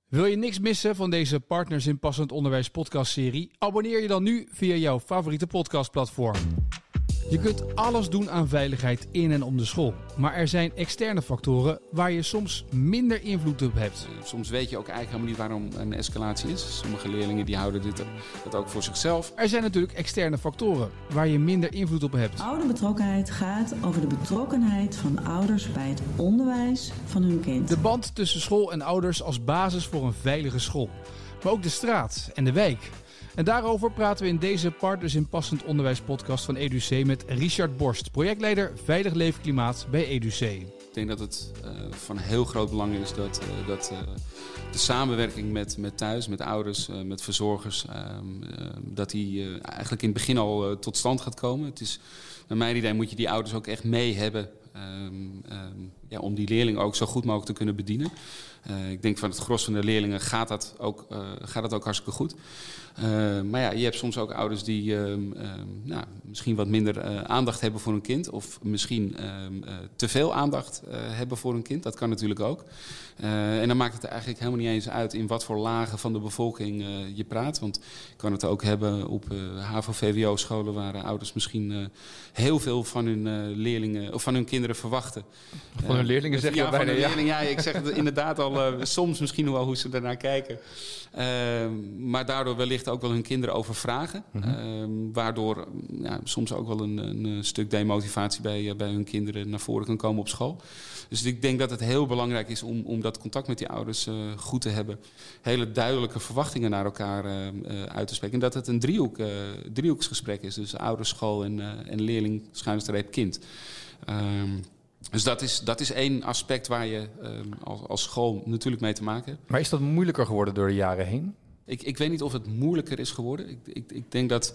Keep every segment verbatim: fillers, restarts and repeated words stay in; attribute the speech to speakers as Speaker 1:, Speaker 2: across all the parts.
Speaker 1: Wil je niks missen van deze Partners in Passend Onderwijs podcastserie? Abonneer je dan nu via jouw favoriete podcastplatform. Je kunt alles doen aan veiligheid in en om de school. Maar er zijn externe factoren waar je soms minder invloed op hebt.
Speaker 2: Soms weet je ook eigenlijk helemaal niet waarom een escalatie is. Sommige leerlingen die houden dit dat ook voor zichzelf.
Speaker 1: Er zijn natuurlijk externe factoren waar je minder invloed op hebt.
Speaker 3: Ouderbetrokkenheid gaat over de betrokkenheid van ouders bij het onderwijs van hun kind.
Speaker 1: De band tussen school en ouders als basis voor een veilige school. Maar ook de straat en de wijk. En daarover praten we in deze Partners in Passend Onderwijs podcast van EduC met Richard Borst, projectleider Veilig Leefklimaat bij EduC.
Speaker 2: Ik denk dat het uh, van heel groot belang is dat, uh, dat uh, de samenwerking met, met thuis, met ouders, uh, met verzorgers, uh, uh, dat die uh, eigenlijk in het begin al uh, tot stand gaat komen. Het is, naar mijn idee moet je die ouders ook echt mee hebben. Um, um, ja, om die leerlingen ook zo goed mogelijk te kunnen bedienen. Uh, ik denk van het gros van de leerlingen gaat dat ook, uh, gaat dat ook hartstikke goed. Uh, maar ja, je hebt soms ook ouders die uh, uh, nou, misschien wat minder uh, aandacht hebben voor hun kind. Of misschien uh, uh, te veel aandacht uh, hebben voor hun kind. Dat kan natuurlijk ook. Uh, en dan maakt het er eigenlijk helemaal niet eens uit in wat voor lagen van de bevolking uh, je praat. Want je kan het ook hebben op uh, H A V O-V W O-scholen waar uh, ouders misschien uh, heel veel van hun uh, leerlingen of van hun kinderen verwachten.
Speaker 1: Van hun leerlingen zeg je
Speaker 2: ja,
Speaker 1: bijna,
Speaker 2: van hun
Speaker 1: ja.
Speaker 2: leerlingen, ja, ik zeg het inderdaad al, uh, soms misschien wel hoe ze ernaar kijken. Uh, maar daardoor wellicht ook wel hun kinderen overvragen. Mm-hmm. Uh, waardoor ja, soms ook wel een, een stuk demotivatie bij, uh, bij hun kinderen naar voren kan komen op school. Dus ik denk dat het heel belangrijk is om, om dat contact met die ouders uh, goed te hebben. Hele duidelijke verwachtingen naar elkaar uh, uh, uit te spreken. En dat het een driehoek, uh, driehoeksgesprek is. Dus ouders, school en, uh, en leerling, schuine streep, kind. Um, Dus dat is, dat is één aspect waar je um, als, als school natuurlijk mee te maken hebt.
Speaker 4: Maar is dat moeilijker geworden door de jaren heen?
Speaker 2: Ik, ik weet niet of het moeilijker is geworden. Ik, ik, ik denk dat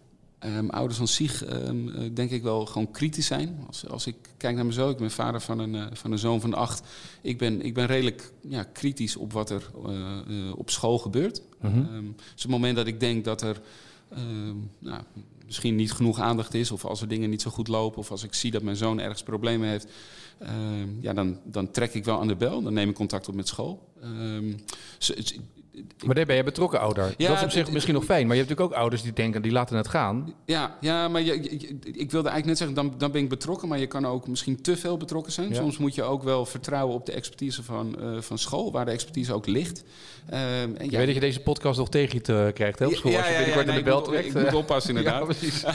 Speaker 2: um, ouders aan zich um, denk ik wel gewoon kritisch zijn. Als, als ik kijk naar mezelf, ik ben vader van een, uh, van een zoon van acht. Ik ben, ik ben redelijk ja, kritisch op wat er uh, uh, op school gebeurt. Mm-hmm. Um, dus op het moment dat ik denk dat er Uh, nou, misschien niet genoeg aandacht is, of als er dingen niet zo goed lopen, of als ik zie dat mijn zoon ergens problemen heeft, uh, ja, dan, dan trek ik wel aan de bel. Dan neem ik contact op met school. Uh, so, so,
Speaker 4: maar daar ben je betrokken ouder.
Speaker 2: Ja,
Speaker 4: dat is op zich
Speaker 2: d-
Speaker 4: misschien nog fijn. Maar je hebt natuurlijk ook ouders die denken, die laten het gaan.
Speaker 2: Ja, ja maar je, je, ik wilde eigenlijk net zeggen, dan, dan ben ik betrokken. Maar je kan ook misschien te veel betrokken zijn. Ja. Soms moet je ook wel vertrouwen op de expertise van, uh, van school. Waar de expertise ook ligt. Uh, en ja,
Speaker 4: je weet dat je deze podcast nog tegen je te krijgt hè, op school.
Speaker 2: Ja,
Speaker 4: als je
Speaker 2: ja,
Speaker 4: binnenkort
Speaker 2: ja,
Speaker 4: in de
Speaker 2: nee,
Speaker 4: bel
Speaker 2: ik moet,
Speaker 4: trekt.
Speaker 2: Ik moet oppassen inderdaad.
Speaker 4: Ja, precies.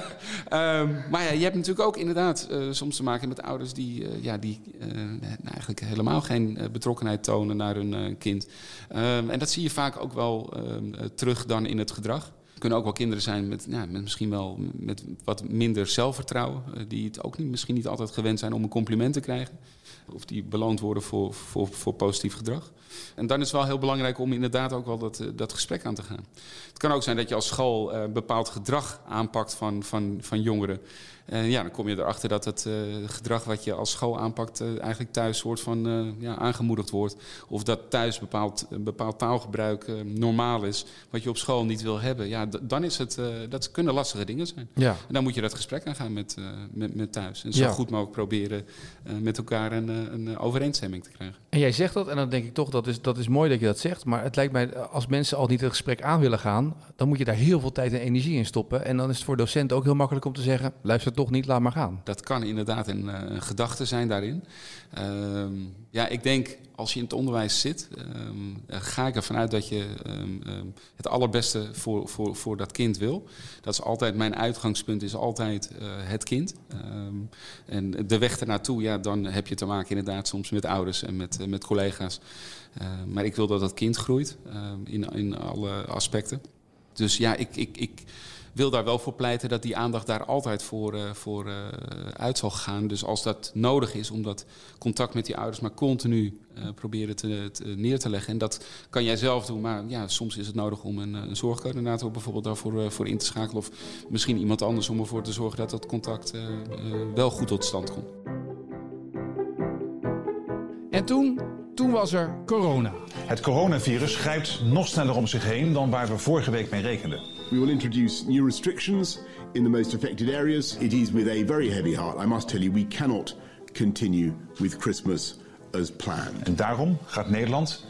Speaker 2: um, maar ja, je hebt natuurlijk ook inderdaad uh, soms te maken met ouders die, uh, ja, die uh, nou, eigenlijk helemaal geen uh, betrokkenheid tonen naar hun uh, kind. Um, en dat zie je vaak ook wel Uh, terug dan in het gedrag. Er kunnen ook wel kinderen zijn met, ja, met misschien wel met wat minder zelfvertrouwen. Uh, die het ook niet, misschien niet altijd gewend zijn om een compliment te krijgen. Of die beloond worden voor, voor, voor positief gedrag. En dan is het wel heel belangrijk om inderdaad ook wel dat, uh, dat gesprek aan te gaan. Het kan ook zijn dat je als school uh, bepaald gedrag aanpakt van, van, van jongeren. En ja, dan kom je erachter dat het uh, gedrag wat je als school aanpakt uh, eigenlijk thuis soort van uh, ja, aangemoedigd wordt. Of dat thuis bepaald, uh, bepaald taalgebruik uh, normaal is, wat je op school niet wil hebben. Ja, d- dan is het, uh, dat kunnen lastige dingen zijn.
Speaker 4: Ja.
Speaker 2: En dan moet je dat gesprek aangaan met, uh, met, met thuis. En zo
Speaker 4: Ja.
Speaker 2: goed mogelijk proberen uh, met elkaar een, een overeenstemming te krijgen.
Speaker 4: En jij zegt dat en dan denk ik toch, dat is, dat is mooi dat je dat zegt. Maar het lijkt mij, als mensen al niet het gesprek aan willen gaan, dan moet je daar heel veel tijd en energie in stoppen. En dan is het voor docenten ook heel makkelijk om te zeggen, luister toch niet, laat maar gaan.
Speaker 2: Dat kan inderdaad een, een gedachte zijn daarin. Um, ja, ik denk, als je in het onderwijs zit, um, ga ik ervan uit dat je um, um, het allerbeste voor, voor, voor dat kind wil. Dat is altijd, mijn uitgangspunt is altijd uh, het kind. Um, en de weg ernaartoe, ja, dan heb je te maken inderdaad soms met ouders en met, uh, met collega's. Uh, maar ik wil dat dat kind groeit uh, in, in alle aspecten. Dus ja, ik... ik, ik wil daar wel voor pleiten dat die aandacht daar altijd voor, uh, voor uh, uit zal gaan. Dus als dat nodig is om dat contact met die ouders maar continu uh, proberen te, te, neer te leggen. En dat kan jij zelf doen, maar ja, soms is het nodig om een, een zorgcoördinator bijvoorbeeld daarvoor uh, voor in te schakelen. Of misschien iemand anders om ervoor te zorgen dat dat contact uh, uh, wel goed tot stand komt.
Speaker 1: En toen, toen was er corona.
Speaker 5: Het coronavirus grijpt nog sneller om zich heen dan waar we vorige week mee rekenden.
Speaker 6: We will introduce new restrictions in the most affected areas. It is with a very heavy heart, I must tell you, we cannot continue with Christmas as planned.
Speaker 5: En daarom gaat Nederland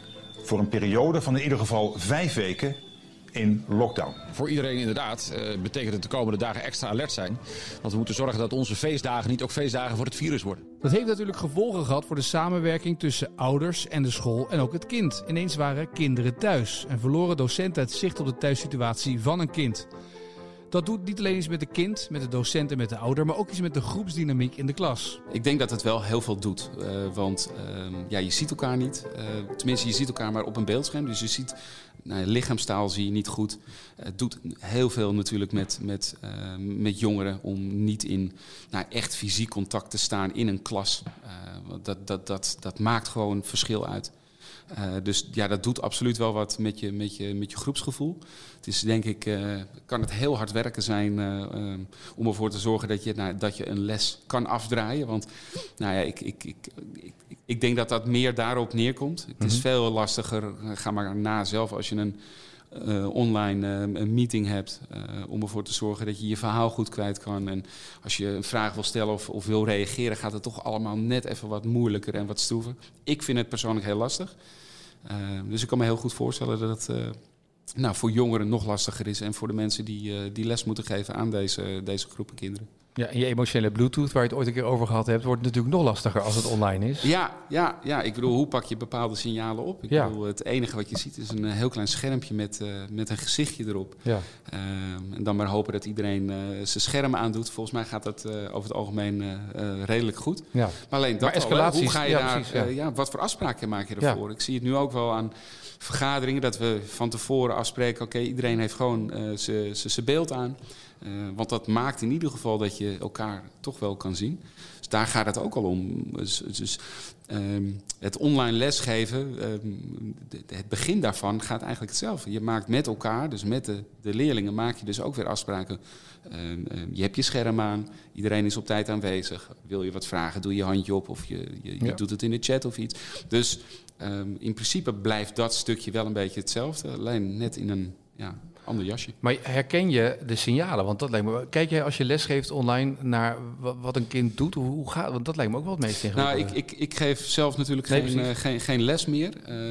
Speaker 5: voor een periode van in ieder geval vijf weken in lockdown.
Speaker 7: Voor iedereen inderdaad uh, betekent het de komende dagen extra alert zijn. Want we moeten zorgen dat onze feestdagen niet ook feestdagen voor het virus worden.
Speaker 1: Dat heeft natuurlijk gevolgen gehad voor de samenwerking tussen ouders en de school en ook het kind. Ineens waren kinderen thuis en verloren docenten het zicht op de thuissituatie van een kind. Dat doet niet alleen iets met de kind, met de docent en met de ouder, maar ook iets met de groepsdynamiek in de klas.
Speaker 2: Ik denk dat het wel heel veel doet. Uh, want uh, ja, je ziet elkaar niet. Uh, tenminste, je ziet elkaar maar op een beeldscherm. Dus je ziet, nou, lichaamstaal zie je niet goed. Het doet heel veel natuurlijk met, met, uh, met jongeren om niet in nou, echt fysiek contact te staan in een klas. Uh, dat, dat, dat, dat maakt gewoon verschil uit. Uh, dus ja, dat doet absoluut wel wat met je, met je, met je groepsgevoel. Het is denk ik, uh, kan het heel hard werken zijn uh, um, om ervoor te zorgen dat je, nou, dat je een les kan afdraaien. Want nou ja, ik, ik, ik, ik, ik denk dat dat meer daarop neerkomt. Het mm-hmm. is veel lastiger, ga maar na zelf als je een uh, online uh, een meeting hebt, uh, om ervoor te zorgen dat je je verhaal goed kwijt kan. En als je een vraag wil stellen of, of wil reageren, gaat het toch allemaal net even wat moeilijker en wat stroever. Ik vind het persoonlijk heel lastig. Uh, dus ik kan me heel goed voorstellen dat het uh, nou, voor jongeren nog lastiger is en voor de mensen die, uh, die les moeten geven aan deze, deze groepen kinderen.
Speaker 4: Ja, en je emotionele Bluetooth, waar je het ooit een keer over gehad hebt, wordt natuurlijk nog lastiger als het online is.
Speaker 2: Ja, ja, ja. Ik bedoel, hoe pak je bepaalde signalen op? Ik ja. bedoel, het enige wat je ziet is een heel klein schermpje met, uh, met een gezichtje erop. Ja. Uh, en dan maar hopen dat iedereen uh, zijn scherm aandoet. Volgens mij gaat dat uh, over het algemeen uh, uh, redelijk goed. Ja. Maar alleen dat
Speaker 4: maar
Speaker 2: al, hoe ga je
Speaker 4: ja,
Speaker 2: daar,
Speaker 4: precies, ja.
Speaker 2: Uh, ja, wat voor afspraken maak je ervoor? Ja. Ik zie het nu ook wel aan vergaderingen dat we van tevoren afspreken, oké, okay, iedereen heeft gewoon uh, zijn beeld aan. Uh, want dat maakt in ieder geval dat je elkaar toch wel kan zien. Dus daar gaat het ook al om. Dus, dus um, het online lesgeven, um, de, het begin daarvan gaat eigenlijk hetzelfde. Je maakt met elkaar, dus met de, de leerlingen, maak je dus ook weer afspraken. Um, um, je hebt je scherm aan, iedereen is op tijd aanwezig. Wil je wat vragen, doe je handje op of je, je, je ja. doet het in de chat of iets. Dus um, in principe blijft dat stukje wel een beetje hetzelfde. Alleen net in een ja, ander jasje.
Speaker 4: Maar herken je de signalen? Want dat lijkt me. Kijk jij als je lesgeeft online naar wat een kind doet? Hoe gaat? Want dat lijkt me ook wel het meest ingewikkeld.
Speaker 2: Nou, ik, ik, ik geef zelf natuurlijk nee, geen, uh, geen, geen les meer.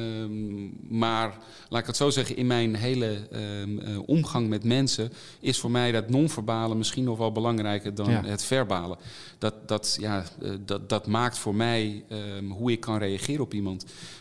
Speaker 2: Um, maar laat ik het zo zeggen, in mijn hele um, uh, omgang met mensen is voor mij dat non-verbale misschien nog wel belangrijker dan ja. het verbale. Dat, dat, ja, uh, dat, dat maakt voor mij um, hoe ik kan reageren op iemand.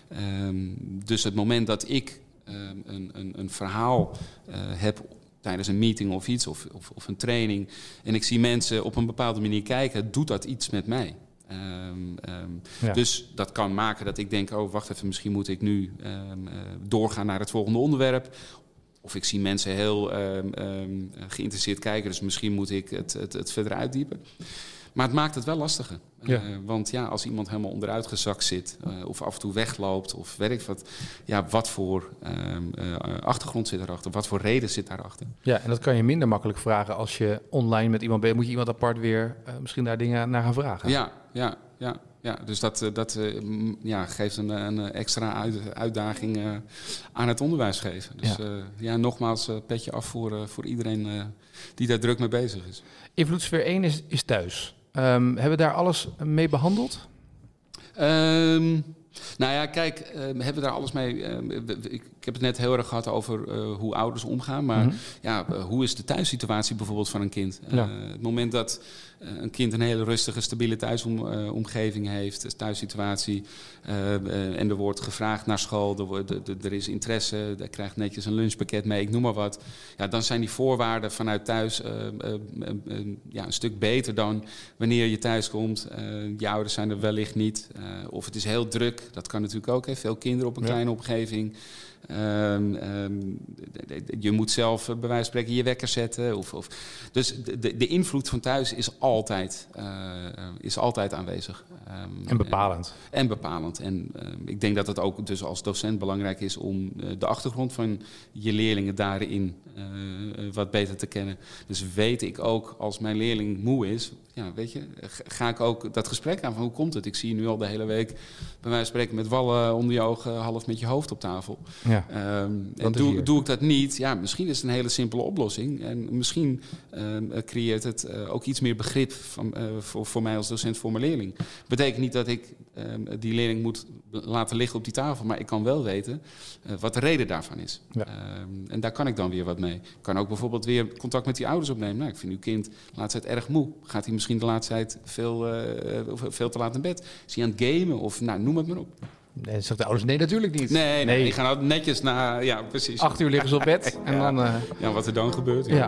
Speaker 2: Um, dus het moment dat ik Um, een, een, een verhaal uh, heb tijdens een meeting of iets, of, of, of een training, en ik zie mensen op een bepaalde manier kijken, doet dat iets met mij. Um, um, ja. Dus dat kan maken dat ik denk, oh wacht even, misschien moet ik nu um, uh, doorgaan naar het volgende onderwerp. Of ik zie mensen heel um, um, geïnteresseerd kijken, dus misschien moet ik het, het, het verder uitdiepen. Maar het maakt het wel lastiger. Ja. Uh, want ja, als iemand helemaal onderuit gezakt zit, uh, of af en toe wegloopt, of weet ik wat, ja, wat voor uh, uh, achtergrond zit erachter, wat voor reden zit daarachter.
Speaker 4: Ja, en dat kan je minder makkelijk vragen als je online met iemand bent. Moet je iemand apart weer uh, misschien daar dingen naar gaan vragen?
Speaker 2: Ja, ja, ja. Ja, dus dat, dat uh, ja, geeft een, een extra uit, uitdaging uh, aan het onderwijs geven. Dus ja, uh, ja nogmaals, uh, petje af voor, uh, voor iedereen uh, die daar druk mee bezig is.
Speaker 4: Invloedssfeer één is, is thuis. Um, hebben we daar alles mee behandeld?
Speaker 2: Um, nou ja, kijk, uh, hebben we daar alles mee... Uh, ik, ik heb het net heel erg gehad over uh, hoe ouders omgaan. Maar mm-hmm. ja, uh, hoe is de thuissituatie bijvoorbeeld van een kind? Ja. Uh, het moment dat uh, een kind een hele rustige, stabiele thuisomgeving uh, heeft, thuissituatie, uh, uh, en er wordt gevraagd naar school, er, wordt, er, er is interesse, er krijgt netjes een lunchpakket mee, ik noem maar wat. Ja, dan zijn die voorwaarden vanuit thuis uh, uh, uh, uh, ja, een stuk beter dan wanneer je thuis komt. Uh, je ouders zijn er wellicht niet. Uh, of het is heel druk, dat kan natuurlijk ook. Hè. Veel kinderen op een ja. kleine omgeving. Um, um, je moet zelf bij wijze van spreken je wekker zetten. Of, of. Dus de, de invloed van thuis is altijd, uh, is altijd aanwezig.
Speaker 4: Um, en bepalend.
Speaker 2: En, en bepalend. En uh, ik denk dat het ook dus als docent belangrijk is om uh, de achtergrond van je leerlingen daarin uh, wat beter te kennen. Dus weet ik ook als mijn leerling moe is, ja, weet je, ga ik ook dat gesprek aan van hoe komt het? Ik zie je nu al de hele week bij wijze van spreken met wallen onder je ogen, half met je hoofd op tafel. Ja.
Speaker 4: Ja,
Speaker 2: Um, en doe, doe ik dat niet, ja, misschien is het een hele simpele oplossing. En misschien um, creëert het uh, ook iets meer begrip van, uh, voor, voor mij als docent voor mijn leerling. Betekent niet dat ik um, die leerling moet laten liggen op die tafel, maar ik kan wel weten uh, wat de reden daarvan is. Ja. Um, en daar kan ik dan weer wat mee. Ik kan ook bijvoorbeeld weer contact met die ouders opnemen. Nou, ik vind uw kind de laatste tijd erg moe. Gaat hij misschien de laatste tijd veel, uh, veel te laat naar bed? Is hij aan het gamen? Of nou, noem het maar op.
Speaker 4: Nee, zegt de ouders, nee, natuurlijk niet.
Speaker 2: Nee, nee, nee. Die gaan altijd netjes naar, ja, precies.
Speaker 4: Acht uur liggen ze op bed en
Speaker 2: ja.
Speaker 4: dan... Uh...
Speaker 2: Ja, wat er dan gebeurt. Ja.
Speaker 4: ja.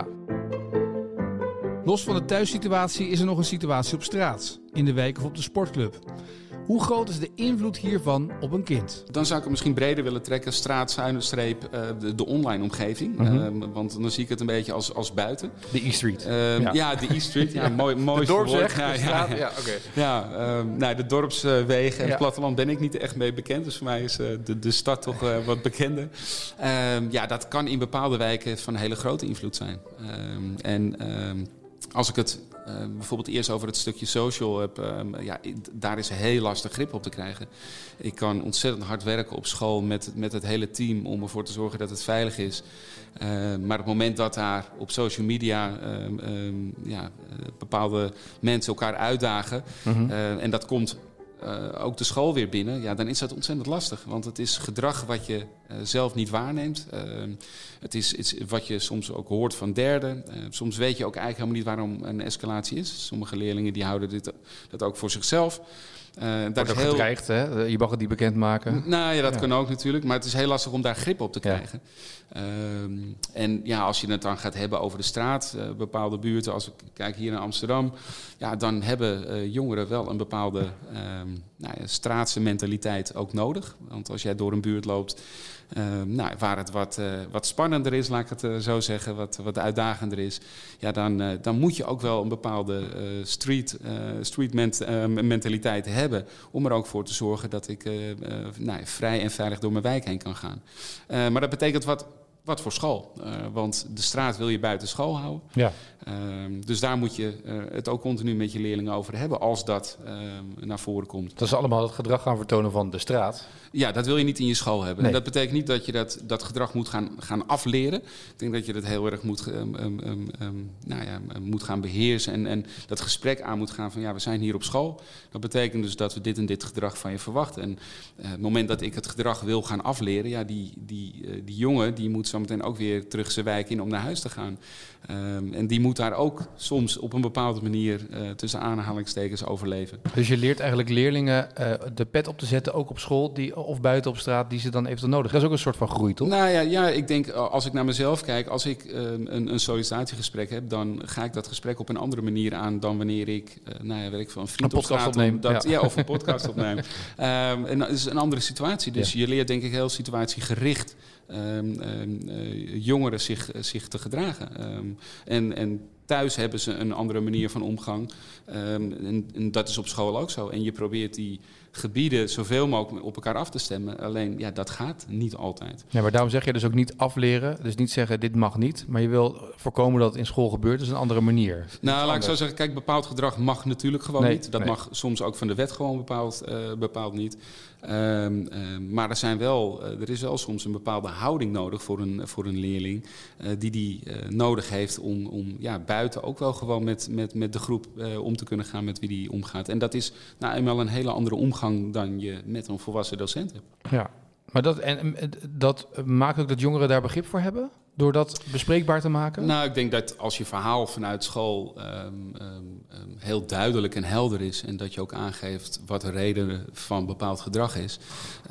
Speaker 1: Los van de thuissituatie is er nog een situatie op straat, in de wijk of op de sportclub. Hoe groot is de invloed hiervan op een kind?
Speaker 2: Dan zou ik het misschien breder willen trekken, straat, zuilenstreep, uh, de, de online omgeving. Mm-hmm. Uh, want dan zie ik het een beetje als, als buiten.
Speaker 4: De E-Street.
Speaker 2: Uh, ja. ja, de E-Street. Ja, ja. Mooi, mooi.
Speaker 4: De dorpsweg,
Speaker 2: ja,
Speaker 4: de straat.
Speaker 2: Ja, ja.
Speaker 4: ja, okay.
Speaker 2: ja uh, nou, de dorpswegen en ja. het platteland ben ik niet echt mee bekend. Dus voor mij is uh, de, de stad toch uh, wat bekender. Uh, ja, dat kan in bepaalde wijken van hele grote invloed zijn. Uh, en... Uh, Als ik het uh, bijvoorbeeld eerst over het stukje social heb, uh, ja, daar is heel lastig grip op te krijgen. Ik kan ontzettend hard werken op school met, met het hele team om ervoor te zorgen dat het veilig is. Uh, maar op het moment dat daar op social media uh, um, ja, bepaalde mensen elkaar uitdagen, mm-hmm. uh, en dat komt Uh, ook de school weer binnen, ja, dan is dat ontzettend lastig. Want het is gedrag wat je uh, zelf niet waarneemt. Uh, het is iets wat je soms ook hoort van derden. Uh, soms weet je ook eigenlijk helemaal niet waarom een escalatie is. Sommige leerlingen die houden dit, dat ook voor zichzelf. Uh,
Speaker 4: dat is ook heel... gedreigd, hè? Je mag het niet bekendmaken.
Speaker 2: Nou ja, dat ja. kan ook natuurlijk. Maar het is heel lastig om daar grip op te krijgen. Ja. Uh, en ja, als je het dan gaat hebben over de straat, uh, bepaalde buurten, als ik kijk hier naar Amsterdam, ja, dan hebben uh, jongeren wel een bepaalde uh, nou ja, straatse mentaliteit ook nodig. Want als jij door een buurt loopt, uh, nou, waar het wat, uh, wat spannender is, laat ik het uh, zo zeggen, wat, wat uitdagender is, ja, dan, uh, dan moet je ook wel een bepaalde uh, street, uh, street ment, uh, mentaliteit hebben, om er ook voor te zorgen dat ik uh, uh, nou, vrij en veilig door mijn wijk heen kan gaan. Uh, maar dat betekent wat, wat voor school. Uh, want de straat wil je buiten school houden. Ja. Uh, dus daar moet je uh, het ook continu met je leerlingen over hebben als dat uh, naar voren komt.
Speaker 4: Dat is allemaal het gedrag gaan vertonen van de straat.
Speaker 2: Ja, dat wil je niet in je school hebben. Nee. En dat betekent niet dat je dat, dat gedrag moet gaan, gaan afleren. Ik denk dat je dat heel erg moet, um, um, um, nou ja, moet gaan beheersen. En, en dat gesprek aan moet gaan van ja, we zijn hier op school. Dat betekent dus dat we dit en dit gedrag van je verwachten. En uh, het moment dat ik het gedrag wil gaan afleren, ja, die, die, uh, die jongen die moet zo meteen ook weer terug zijn wijk in om naar huis te gaan. Um, en die moet daar ook soms op een bepaalde manier uh, tussen aanhalingstekens overleven.
Speaker 4: Dus je leert eigenlijk leerlingen uh, de pet op te zetten, ook op school die, of buiten op straat, die ze dan eventueel nodig hebben. Dat is ook een soort van groei, toch?
Speaker 2: Nou ja, ja, ik denk als ik naar mezelf kijk, als ik uh, een, een sollicitatiegesprek heb, dan ga ik dat gesprek op een andere manier aan dan wanneer ik, uh, nou ja, weet ik veel, een vriend
Speaker 4: een
Speaker 2: op straat
Speaker 4: opneem.
Speaker 2: Dat,
Speaker 4: ja.
Speaker 2: ja, of een podcast opneem. Um, en dat is een andere situatie. Dus ja. je leert denk ik heel situatiegericht um, um, uh, jongeren zich, uh, zich te gedragen. Um, en, en thuis hebben ze een andere manier van omgang. Um, en, en dat is op school ook zo. En je probeert die gebieden zoveel mogelijk op elkaar af te stemmen. Alleen, ja, dat gaat niet altijd.
Speaker 4: Ja, maar daarom zeg je dus ook niet afleren. Dus niet zeggen, dit mag niet. Maar je wil voorkomen dat het in school gebeurt. Dus een andere manier.
Speaker 2: Nou, laat ik zo zeggen. Kijk, bepaald gedrag mag natuurlijk gewoon
Speaker 4: nee,
Speaker 2: niet. Dat
Speaker 4: nee.
Speaker 2: mag soms ook van de wet gewoon bepaald, uh, bepaald niet. Um, um, maar er, zijn wel, uh, er is wel soms een bepaalde houding nodig voor een, voor een leerling. Uh, die die uh, nodig heeft om, om ja, buiten ook wel gewoon met, met, met de groep uh, om te kunnen gaan met wie die omgaat. En dat is nou eenmaal een hele andere omgang dan je met een volwassen docent hebt.
Speaker 4: Ja, maar dat, en, dat maakt ook dat jongeren daar begrip voor hebben? Door dat bespreekbaar te maken?
Speaker 2: Nou, ik denk dat als je verhaal vanuit school um, um, um, heel duidelijk en helder is en dat je ook aangeeft wat de reden van bepaald gedrag is.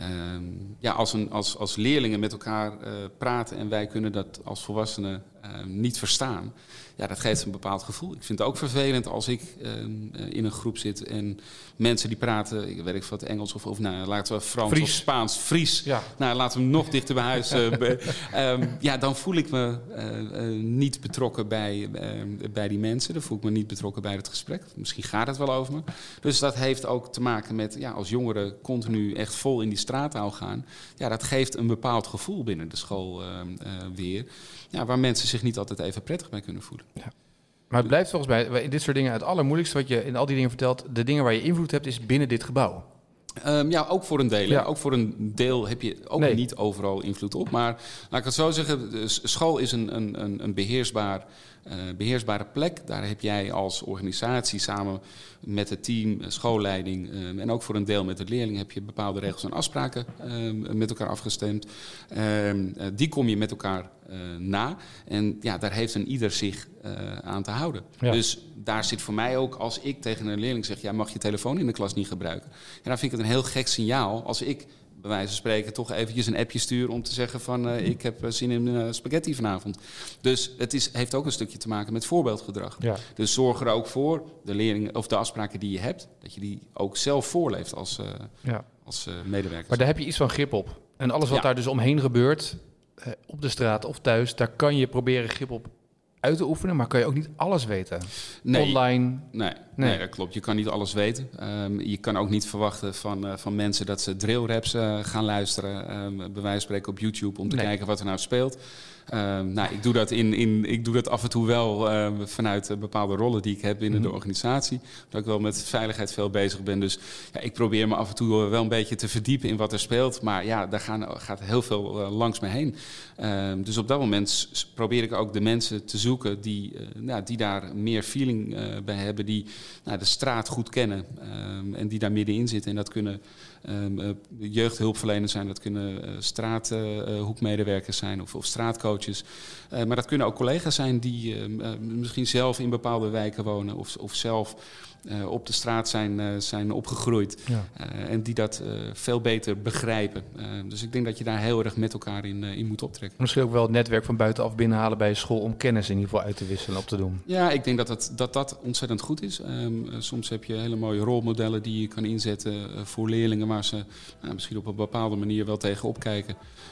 Speaker 2: Um, ja, als, een, als, als leerlingen met elkaar uh, praten en wij kunnen dat als volwassenen uh, niet verstaan. Ja, dat geeft een bepaald gevoel. Ik vind het ook vervelend als ik um, in een groep zit en mensen die praten, ik weet niet wat Engels of, of nou, laten we Frans
Speaker 4: Fries.
Speaker 2: of Spaans, Fries.
Speaker 4: Ja.
Speaker 2: Nou, laten we hem nog dichter bij huis. Uh, be, um, ja, dan voel ik me uh, uh, niet betrokken bij, uh, bij die mensen. Dan voel ik me niet betrokken bij het gesprek. Misschien gaat het wel over me. Dus dat heeft ook te maken met, ja, als jongeren continu echt vol in die straattaal gaan. Ja, dat geeft een bepaald gevoel binnen de school uh, uh, weer. Ja, waar mensen zich niet altijd even prettig bij kunnen voelen.
Speaker 4: Ja. Maar het blijft volgens mij in dit soort dingen het allermoeilijkste wat je in al die dingen vertelt. De dingen waar je invloed hebt is binnen dit gebouw.
Speaker 2: Um, ja, ook voor een deel.
Speaker 4: Ja.
Speaker 2: Ook voor een deel heb je ook
Speaker 4: Nee.
Speaker 2: niet overal invloed op. Maar laat ik het zo zeggen, de s- school is een, een, een, een beheersbaar, uh, beheersbare plek. Daar heb jij als organisatie samen met het team, schoolleiding um, en ook voor een deel met de leerling heb je bepaalde regels en afspraken um, met elkaar afgestemd. Um, uh, die kom je met elkaar uh, na. En ja, daar heeft een ieder zich uh, aan te houden.
Speaker 4: Ja.
Speaker 2: Dus daar zit voor mij ook, als ik tegen een leerling zeg, ja, mag je telefoon in de klas niet gebruiken? Ja, dan vind ik het een heel gek signaal als ik bij wijze van spreken toch eventjes een appje stuur om te zeggen van uh, ik heb zin in uh, spaghetti vanavond. Dus het is, heeft ook een stukje te maken met voorbeeldgedrag.
Speaker 4: Ja.
Speaker 2: Dus zorg er ook voor, de leerlingen of de afspraken die je hebt, dat je die ook zelf voorleeft als, uh,
Speaker 4: Ja.
Speaker 2: als uh, medewerker.
Speaker 4: Maar daar heb je iets van grip op. En alles wat
Speaker 2: Ja.
Speaker 4: daar dus omheen gebeurt, eh, op de straat of thuis, daar kan je proberen grip op uit te oefenen, maar kan je ook niet alles weten.
Speaker 2: Nee.
Speaker 4: Online.
Speaker 2: Nee,
Speaker 4: Nee.
Speaker 2: nee, dat klopt. Je kan niet alles weten. Um, je kan ook niet verwachten van, uh, van mensen dat ze drillraps uh, gaan luisteren. Um, bij wijze van spreken op YouTube om te
Speaker 4: Nee.
Speaker 2: kijken wat er nou speelt. Um, nou, ik doe dat, in, in, ik doe dat af en toe wel uh, vanuit uh, bepaalde rollen die ik heb binnen
Speaker 4: Mm-hmm.
Speaker 2: de organisatie. Dat ik wel met veiligheid veel bezig ben. Dus ja, ik probeer me af en toe wel een beetje te verdiepen in wat er speelt. Maar ja, daar gaan, gaat heel veel uh, langs me heen. Um, dus op dat moment s- probeer ik ook de mensen te zoeken die, uh, nou, die daar meer feeling uh, bij hebben. Die nou, de straat goed kennen um, en die daar middenin zitten. En dat kunnen um, uh, jeugdhulpverleners zijn, dat kunnen uh, straathoekmedewerkers uh, zijn of, of straatcoaches. Uh, maar dat kunnen ook collega's zijn die uh, uh, misschien zelf in bepaalde wijken wonen of, of zelf uh, op de straat zijn, uh, zijn opgegroeid.
Speaker 4: Ja.
Speaker 2: Uh, en die dat uh, veel beter begrijpen. Uh, dus ik denk dat je daar heel erg met elkaar in, uh, in moet optrekken.
Speaker 4: Misschien ook wel het netwerk van buitenaf binnenhalen bij je school om kennis in ieder geval uit te wisselen en op te doen.
Speaker 2: Ja, ik denk dat dat, dat, dat ontzettend goed is. Um, uh, soms heb je hele mooie rolmodellen die je kan inzetten uh, voor leerlingen waar ze uh, misschien op een bepaalde manier wel tegenop kijken.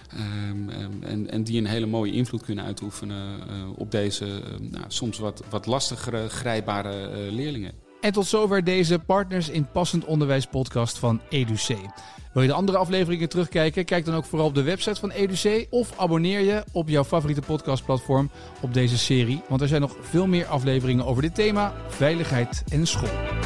Speaker 2: Um, um, en, en die een hele mooie invloed kunnen uitoefenen uh, op deze uh, nou, soms wat, wat lastigere, grijpbare uh, leerlingen.
Speaker 1: En tot zover deze Partners in Passend Onderwijs podcast van E D U C. Wil je de andere afleveringen terugkijken? Kijk dan ook vooral op de website van E D U C of abonneer je op jouw favoriete podcastplatform op deze serie. Want er zijn nog veel meer afleveringen over dit thema, veiligheid en school.